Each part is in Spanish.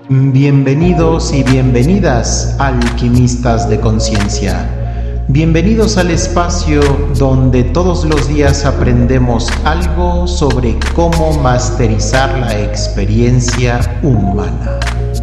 Bienvenidos y bienvenidas, alquimistas de conciencia. Bienvenidos al espacio donde todos los días aprendemos algo sobre cómo masterizar la experiencia humana.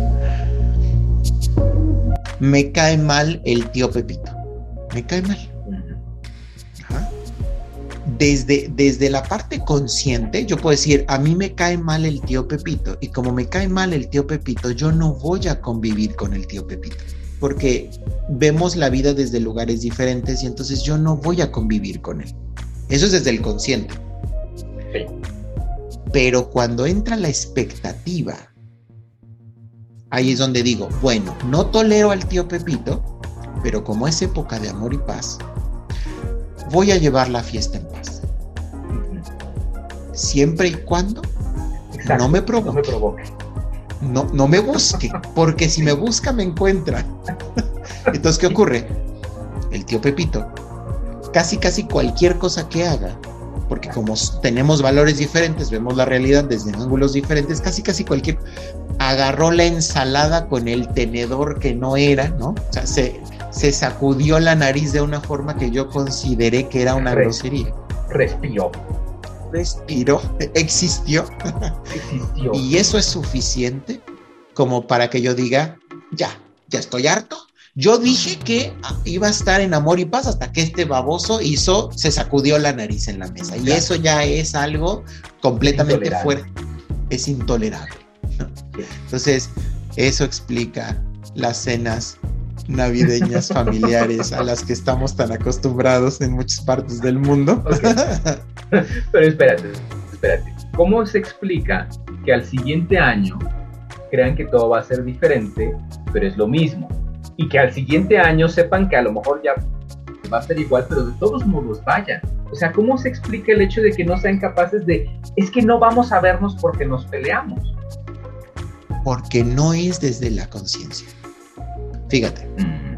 Me cae mal el tío Pepito. Me cae mal. Ajá. Desde la parte consciente, yo puedo decir, a mí me cae mal el tío Pepito, y como me cae mal el tío Pepito, yo no voy a convivir con el tío Pepito, porque vemos la vida desde lugares diferentes y entonces yo no voy a convivir con él. Eso es desde el consciente. Sí. Pero cuando entra la expectativa, ahí es donde digo, bueno, no tolero al tío Pepito, pero como es época de amor y paz, voy a llevar la fiesta en paz. Siempre y cuando no me provoque. No me busque, porque si me busca me encuentra. Entonces, ¿qué ocurre? El tío Pepito, casi cualquier cosa que haga, porque como tenemos valores diferentes, vemos la realidad desde ángulos diferentes, casi cualquier, agarró la ensalada con el tenedor que no era, ¿no? O sea, se sacudió la nariz de una forma que yo consideré que era una grosería. Respiró, existió. Y eso es suficiente como para que yo diga, ya estoy harto. Yo dije que iba a estar en amor y paz hasta que este baboso se sacudió la nariz en la mesa. Y eso ya es algo completamente fuerte. Es intolerable, ¿no? Entonces, eso explica las cenas navideñas familiares a las que estamos tan acostumbrados en muchas partes del mundo. Okay. Pero espérate. ¿Cómo se explica que al siguiente año crean que todo va a ser diferente, pero es lo mismo? Y que al siguiente año sepan que a lo mejor ya va a ser igual, pero de todos modos vayan. O sea, ¿cómo se explica el hecho de que no sean capaces es que no vamos a vernos porque nos peleamos? Porque no es desde la conciencia. Fíjate,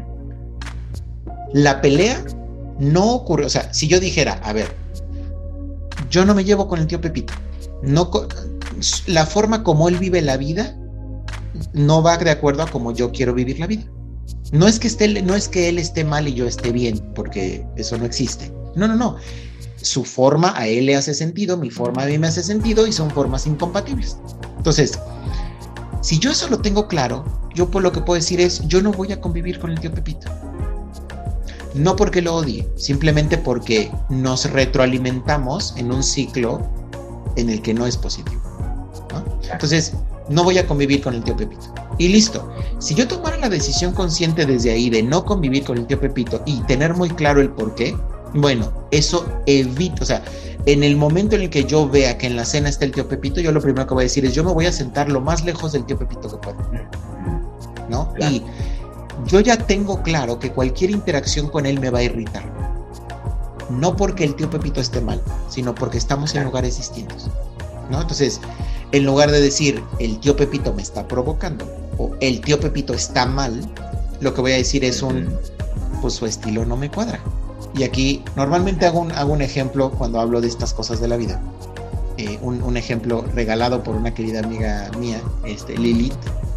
la pelea no ocurre, o sea, si yo dijera, a ver, yo no me llevo con el tío Pepito, la forma como él vive la vida no va de acuerdo a como yo quiero vivir la vida. No es que él esté mal y yo esté bien, porque eso no existe. No. Su forma a él le hace sentido, mi forma a mí me hace sentido y son formas incompatibles. Entonces, si yo eso lo tengo claro, yo por lo que puedo decir es, yo no voy a convivir con el tío Pepito. No porque lo odie, simplemente porque nos retroalimentamos en un ciclo en el que no es positivo, ¿no? Entonces, no voy a convivir con el tío Pepito. Y listo. Si yo tomara la decisión consciente desde ahí de no convivir con el tío Pepito y tener muy claro el por qué, bueno, eso evita, o sea, en el momento en el que yo vea que en la cena está el tío Pepito, yo lo primero que voy a decir es, yo me voy a sentar lo más lejos del tío Pepito que pueda, ¿no? Claro. Y yo ya tengo claro que cualquier interacción con él me va a irritar. No porque el tío Pepito esté mal, sino porque estamos en lugares distintos, ¿no? Entonces, en lugar de decir, el tío Pepito me está provocando, o el tío Pepito está mal, lo que voy a decir es pues su estilo no me cuadra. Y aquí normalmente hago un ejemplo cuando hablo de estas cosas de la vida. Un ejemplo regalado por una querida amiga mía, Lilith.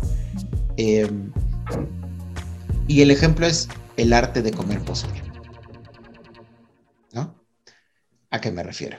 Y el ejemplo es el arte de comer pozole, ¿no? ¿A qué me refiero?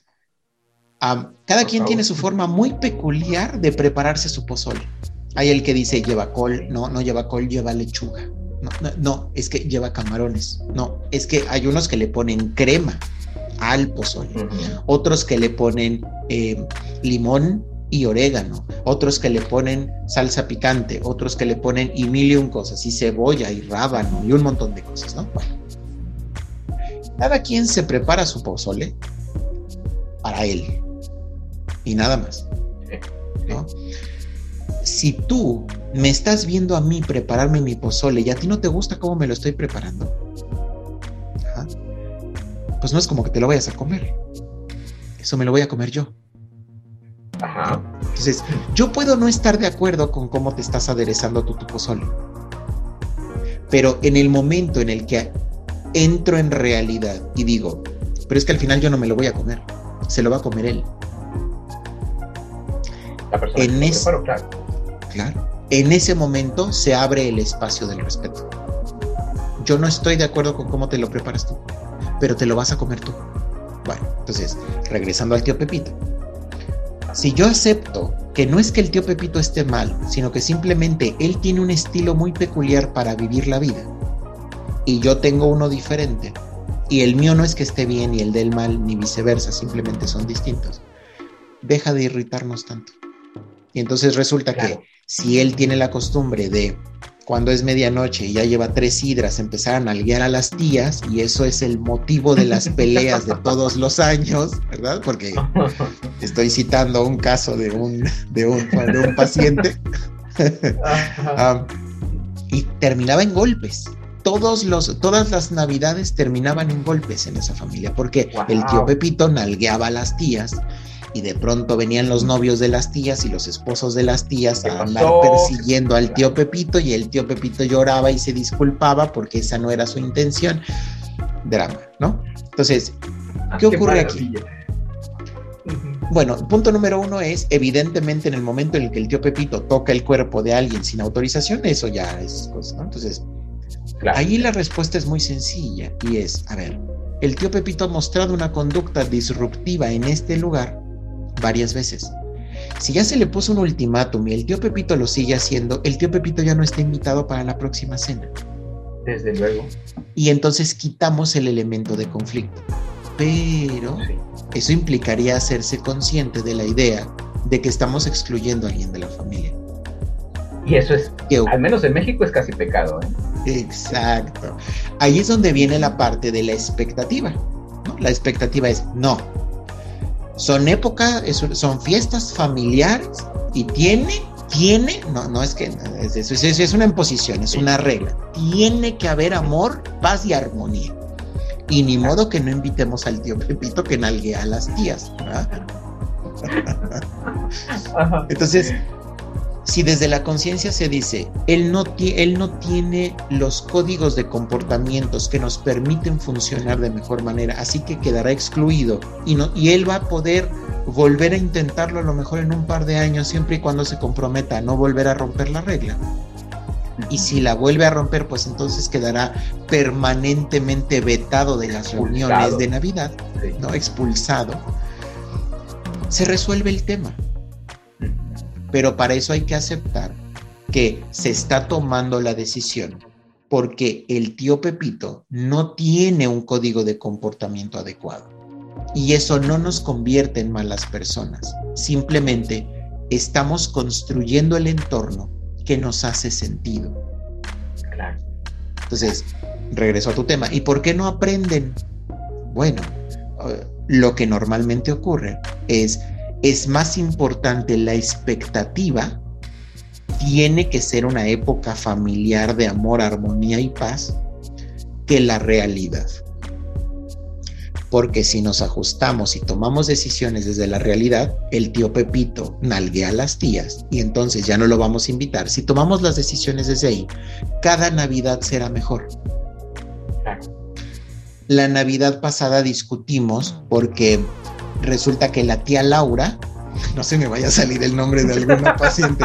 Cada quien tiene su forma muy peculiar de prepararse su pozole. Hay el que dice lleva col, no lleva col, lleva lechuga. No, es que lleva camarones. No, es que hay unos que le ponen crema al pozole, otros que le ponen limón y orégano, otros que le ponen salsa picante, otros que le ponen y mil y un cosas, y cebolla y rábano y un montón de cosas, ¿no? Bueno, cada quien se prepara su pozole para él y nada más, ¿no? Si tú me estás viendo a mí prepararme mi pozole y a ti no te gusta cómo me lo estoy preparando, pues no es como que te lo vayas a comer. Eso me lo voy a comer yo. Ajá. Entonces, yo puedo no estar de acuerdo con cómo te estás aderezando tu pozole, pero en el momento en el que entro en realidad y digo, pero es que al final yo no me lo voy a comer, se lo va a comer él. La persona claro. en ese momento se abre el espacio del respeto. Yo no estoy de acuerdo con cómo te lo preparas tú, pero te lo vas a comer tú. Bueno, entonces, regresando al tío Pepito. Si yo acepto que no es que el tío Pepito esté mal, sino que simplemente él tiene un estilo muy peculiar para vivir la vida, y yo tengo uno diferente, y el mío no es que esté bien y el del mal, ni viceversa, simplemente son distintos, deja de irritarnos tanto. Y entonces resulta que si él tiene la costumbre de, cuando es medianoche y ya lleva 3 sidras, empezar a nalguear a las tías, y eso es el motivo de las peleas de todos los años, ¿verdad? Porque estoy citando un caso de un paciente. Y terminaba en golpes. Todas las navidades terminaban en golpes en esa familia, porque el tío Pepito nalgueaba a las tías, y de pronto venían los novios de las tías y los esposos de las tías a andar persiguiendo al tío Pepito, y el tío Pepito lloraba y se disculpaba porque esa no era su intención. Drama, ¿no? Entonces, ¿qué ocurre aquí? Bueno, punto número 1 es, evidentemente, en el momento en el que el tío Pepito toca el cuerpo de alguien sin autorización, eso ya es cosa, ¿no? Entonces, ahí la respuesta es muy sencilla, y es, a ver, el tío Pepito ha mostrado una conducta disruptiva en este lugar varias veces. Si ya se le puso un ultimátum y el tío Pepito lo sigue haciendo, el tío Pepito ya no está invitado para la próxima cena. Desde luego. Y entonces quitamos el elemento de conflicto. Pero eso implicaría hacerse consciente de la idea de que estamos excluyendo a alguien de la familia. Y eso es, al menos en México, es casi pecado, ¿eh? Exacto. Ahí es donde viene la parte de la expectativa, ¿no? La expectativa es, no, son fiestas familiares y no es que es una imposición, es una regla. Tiene que haber amor, paz y armonía. Y ni modo que no invitemos al tío Pepito que nalguea a las tías, ¿verdad? Entonces, si desde la conciencia se dice, él no tiene los códigos de comportamientos que nos permiten funcionar de mejor manera, así que quedará excluido, y él va a poder volver a intentarlo a lo mejor en un par de años, siempre y cuando se comprometa a no volver a romper la regla. Y si la vuelve a romper, pues entonces quedará permanentemente vetado de las reuniones de Navidad, ¿no? Expulsado. Se resuelve el tema. Pero para eso hay que aceptar que se está tomando la decisión porque el tío Pepito no tiene un código de comportamiento adecuado. Y eso no nos convierte en malas personas. Simplemente estamos construyendo el entorno que nos hace sentido. Claro. Entonces, regreso a tu tema. ¿Y por qué no aprenden? Bueno, lo que normalmente ocurre es más importante la expectativa, tiene que ser una época familiar de amor, armonía y paz, que la realidad. Porque si nos ajustamos y tomamos decisiones desde la realidad, el tío Pepito nalguea a las tías y entonces ya no lo vamos a invitar. Si tomamos las decisiones desde ahí, cada Navidad será mejor. La Navidad pasada discutimos porque resulta que la tía Laura, no se me vaya a salir el nombre de alguna paciente,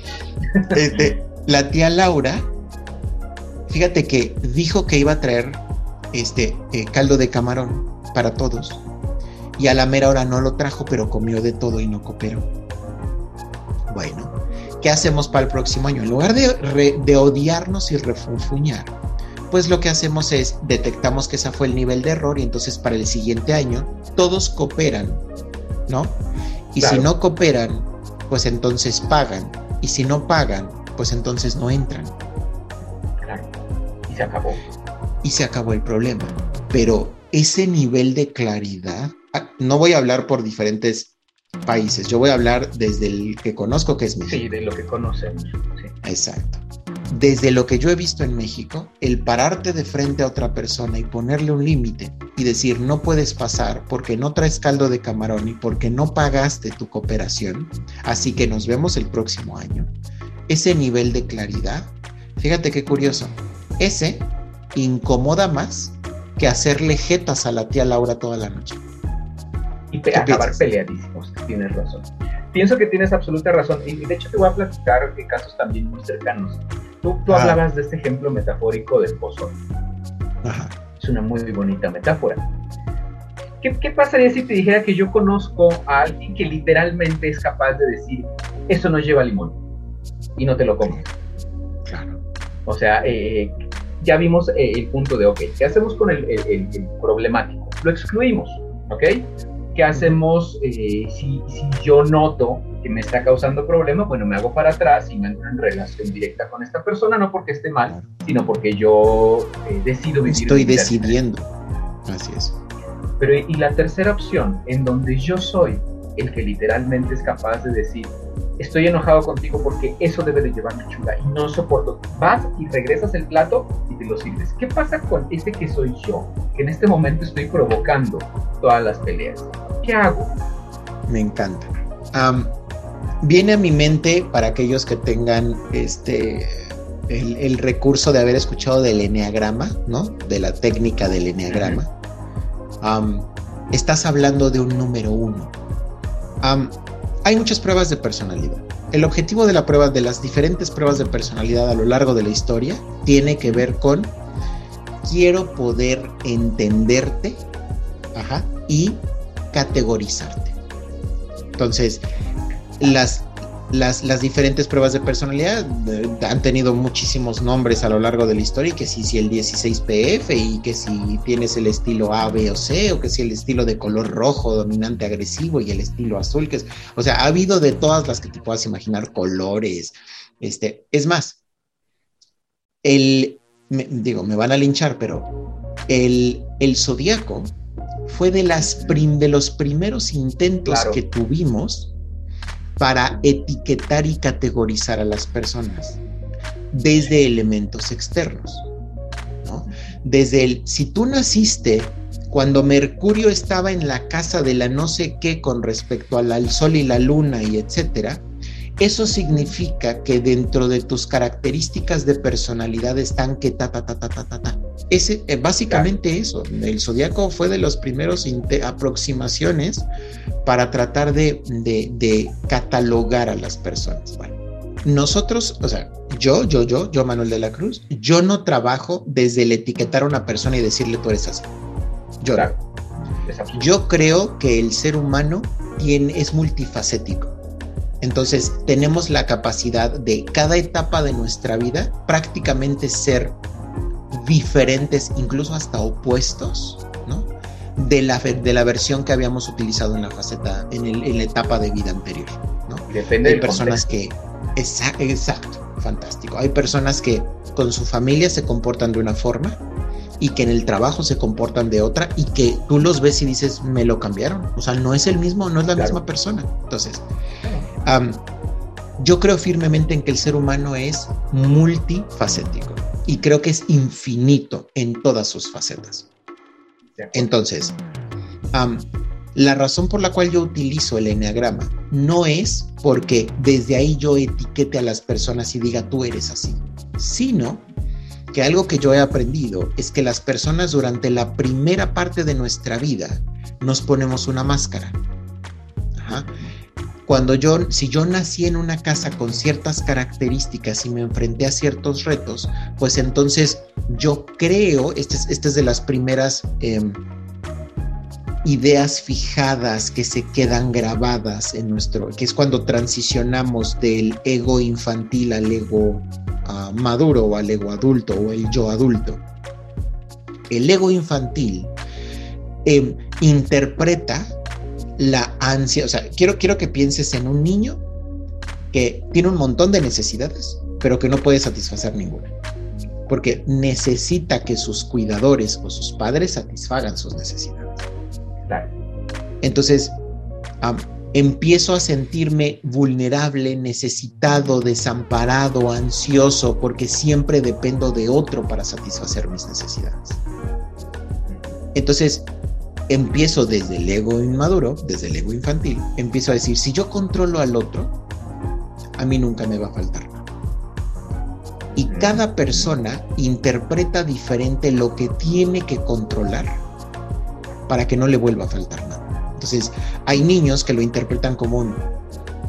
la tía Laura, fíjate que dijo que iba a traer caldo de camarón para todos, y a la mera hora no lo trajo, pero comió de todo y no cooperó. Bueno, ¿qué hacemos para el próximo año? En lugar de odiarnos y refunfuñar, pues lo que hacemos es, detectamos que ese fue el nivel de error, y entonces para el siguiente año todos cooperan, ¿no? Y claro, si no cooperan, pues entonces pagan, y si no pagan, pues entonces no entran. Claro, y se acabó. Y se acabó el problema. Pero ese nivel de claridad, no voy a hablar por diferentes países, yo voy a hablar desde el que conozco, que es México. Sí, de lo que conocemos. Sí. Exacto. Desde lo que yo he visto en México, el pararte de frente a otra persona y ponerle un límite y decir no puedes pasar porque no traes caldo de camarón y porque no pagaste tu cooperación, así que nos vemos el próximo año. Ese nivel de claridad, fíjate qué curioso, ese incomoda más que hacerle jetas a la tía Laura toda la noche. Y acabar peleadísimos, tienes razón. pienso que tienes absoluta razón. Y de hecho te voy a platicar de casos también muy cercanos. Tú hablabas de este ejemplo metafórico del pozol. Ajá. Es una muy bonita metáfora. ¿Qué pasaría si te dijera que yo conozco a alguien que literalmente es capaz de decir, eso no lleva limón, y no te lo comes? Claro. O sea, ya vimos el punto de, ok, ¿qué hacemos con el problemático? Lo excluimos, ¿ok? ¿Qué hacemos si yo noto que me está causando problema? Bueno, me hago para atrás y me entro en relación directa con esta persona, no porque esté mal, sino porque yo decido vivir. Estoy decidiendo. Así es. Pero y la tercera opción, en donde yo soy el que literalmente es capaz de decir, estoy enojado contigo porque eso debe de llevar lechuga y no soporto. Vas y regresas el plato y te lo sirves. ¿Qué pasa con ese que soy yo? Que en este momento estoy provocando todas las peleas. ¿Qué hago? Me encanta. Viene a mi mente, para aquellos que tengan el recurso de haber escuchado del eneagrama, ¿no? De la técnica del eneagrama. Estás hablando de un número 1. Hay muchas pruebas de personalidad. El objetivo de de las diferentes pruebas de personalidad a lo largo de la historia tiene que ver con quiero poder entenderte, y categorizarte. Entonces, las diferentes pruebas de personalidad han tenido muchísimos nombres a lo largo de la historia, y que si el 16PF, y que si tienes el estilo A, B o C, o que si el estilo de color rojo, dominante, agresivo, y el estilo azul, o sea, ha habido de todas las que te puedas imaginar, colores. Es más, me van a linchar, pero el zodiaco fue de los primeros intentos que tuvimos para etiquetar y categorizar a las personas desde elementos externos, ¿no? Desde si tú naciste cuando Mercurio estaba en la casa de la no sé qué con respecto al Sol y la Luna y etcétera, eso significa que dentro de tus características de personalidad están que básicamente eso. El zodiaco fue de los primeros aproximaciones para tratar de catalogar a las personas. Bueno, nosotros, o sea, yo, Manuel de la Cruz, yo no trabajo desde el etiquetar a una persona y decirle tú eres así. Yo creo que el ser humano es multifacético. Entonces tenemos la capacidad de cada etapa de nuestra vida prácticamente ser diferentes, incluso hasta opuestos, ¿no? De la versión que habíamos utilizado en la etapa de vida anterior, ¿no? Depende. Hay personas que exacto, fantástico. Hay personas que con su familia se comportan de una forma y que en el trabajo se comportan de otra, y que tú los ves y dices, me lo cambiaron, o sea, no es la misma persona. Entonces, yo creo firmemente en que el ser humano es multifacético y creo que es infinito en todas sus facetas. Entonces, la razón por la cual yo utilizo el eneagrama no es porque desde ahí yo etiquete a las personas y diga tú eres así, sino que algo que yo he aprendido es que las personas durante la primera parte de nuestra vida nos ponemos una máscara. Si yo nací en una casa con ciertas características y me enfrenté a ciertos retos, pues entonces yo creo, esta es de las primeras ideas fijadas que se quedan grabadas que es cuando transicionamos del ego infantil al ego maduro, o al ego adulto, o el yo adulto. El ego infantil interpreta la ansia, o sea, quiero que pienses en un niño que tiene un montón de necesidades, pero que no puede satisfacer ninguna, porque necesita que sus cuidadores o sus padres satisfagan sus necesidades. Claro. Entonces, empiezo a sentirme vulnerable, necesitado, desamparado, ansioso, porque siempre dependo de otro para satisfacer mis necesidades. Entonces, empiezo desde el ego inmaduro, desde el ego infantil, empiezo a decir, si yo controlo al otro, a mí nunca me va a faltar nada. Y cada persona interpreta diferente lo que tiene que controlar para que no le vuelva a faltar nada. Entonces, hay niños que lo interpretan como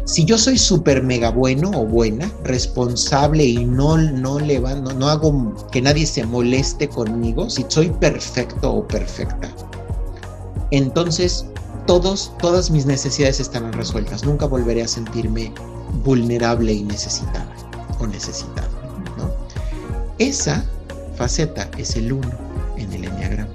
Si yo soy súper mega bueno o buena, responsable y no hago que nadie se moleste conmigo, si soy perfecto o perfecta, entonces todas mis necesidades estarán resueltas. Nunca volveré a sentirme vulnerable y necesitada o necesitado, ¿no? Esa faceta es el 1 en el enneagrama,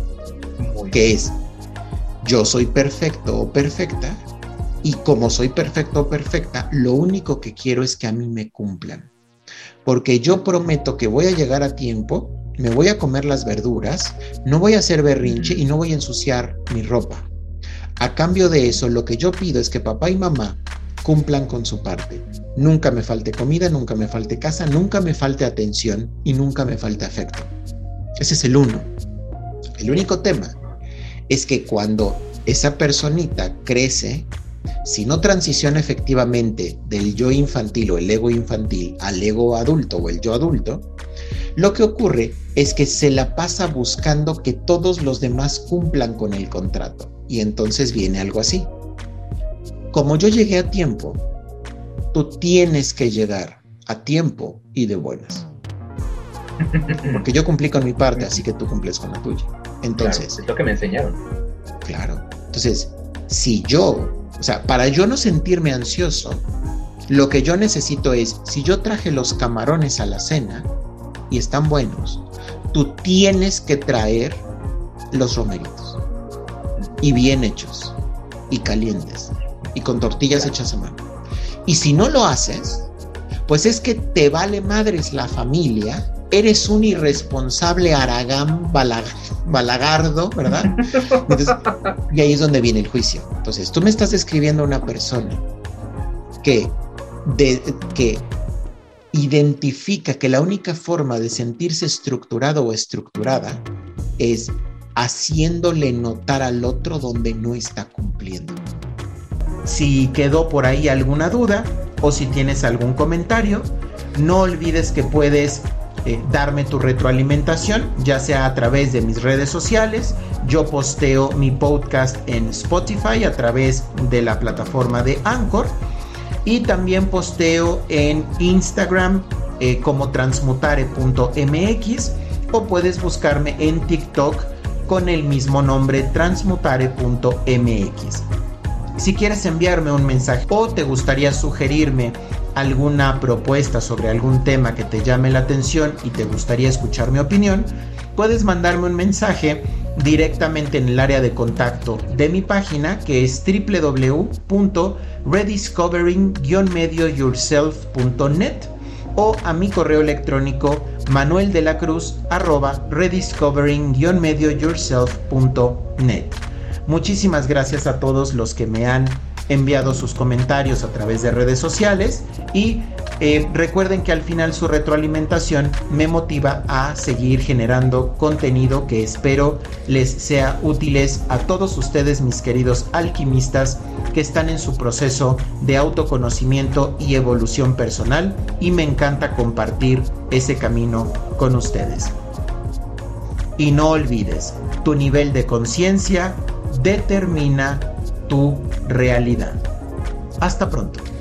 que es: yo soy perfecto o perfecta, y como soy perfecto o perfecta, lo único que quiero es que a mí me cumplan, porque yo prometo que voy a llegar a tiempo, me voy a comer las verduras, no voy a hacer berrinche y no voy a ensuciar mi ropa. A cambio de eso, lo que yo pido es que papá y mamá cumplan con su parte. Nunca me falte comida, nunca me falte casa, nunca me falte atención y nunca me falte afecto. Ese es el 1. El único tema es que cuando esa personita crece, si no transiciona efectivamente del yo infantil o el ego infantil al ego adulto o el yo adulto, lo que ocurre es que se la pasa buscando que todos los demás cumplan con el contrato. Y entonces viene algo así: como yo llegué a tiempo, tú tienes que llegar a tiempo y de buenas. Porque yo cumplí con mi parte, así que tú cumples con la tuya. Entonces, claro, es lo que me enseñaron. Claro. Entonces, para yo no sentirme ansioso, lo que yo necesito es: si yo traje los camarones a la cena y están buenos, tú tienes que traer los romeritos, y bien hechos, y calientes, y con tortillas hechas a mano. Y si no lo haces, pues es que te vale madres la familia, eres un irresponsable haragán balagardo, ¿verdad? Entonces, y ahí es donde viene el juicio. Entonces, tú me estás describiendo a una persona que identifica que la única forma de sentirse estructurado o estructurada es haciéndole notar al otro donde no está cumpliendo. Si quedó por ahí alguna duda o si tienes algún comentario, no olvides que puedes darme tu retroalimentación, ya sea a través de mis redes sociales. Yo posteo mi podcast en Spotify a través de la plataforma de Anchor, y también posteo en Instagram como transmutare.mx, o puedes buscarme en TikTok con el mismo nombre, transmutare.mx. Si quieres enviarme un mensaje o te gustaría sugerirme alguna propuesta sobre algún tema que te llame la atención y te gustaría escuchar mi opinión, puedes mandarme un mensaje directamente en el área de contacto de mi página, que es www.rediscovering-yourself.net, o a mi correo electrónico manueldelacruz@rediscovering-yourself.net. Muchísimas gracias a todos los que me han enviado sus comentarios a través de redes sociales, y recuerden que al final su retroalimentación me motiva a seguir generando contenido que espero les sea útiles a todos ustedes, mis queridos alquimistas, que están en su proceso de autoconocimiento y evolución personal, y me encanta compartir ese camino con ustedes. Y no olvides, tu nivel de conciencia determina tu realidad. Hasta pronto.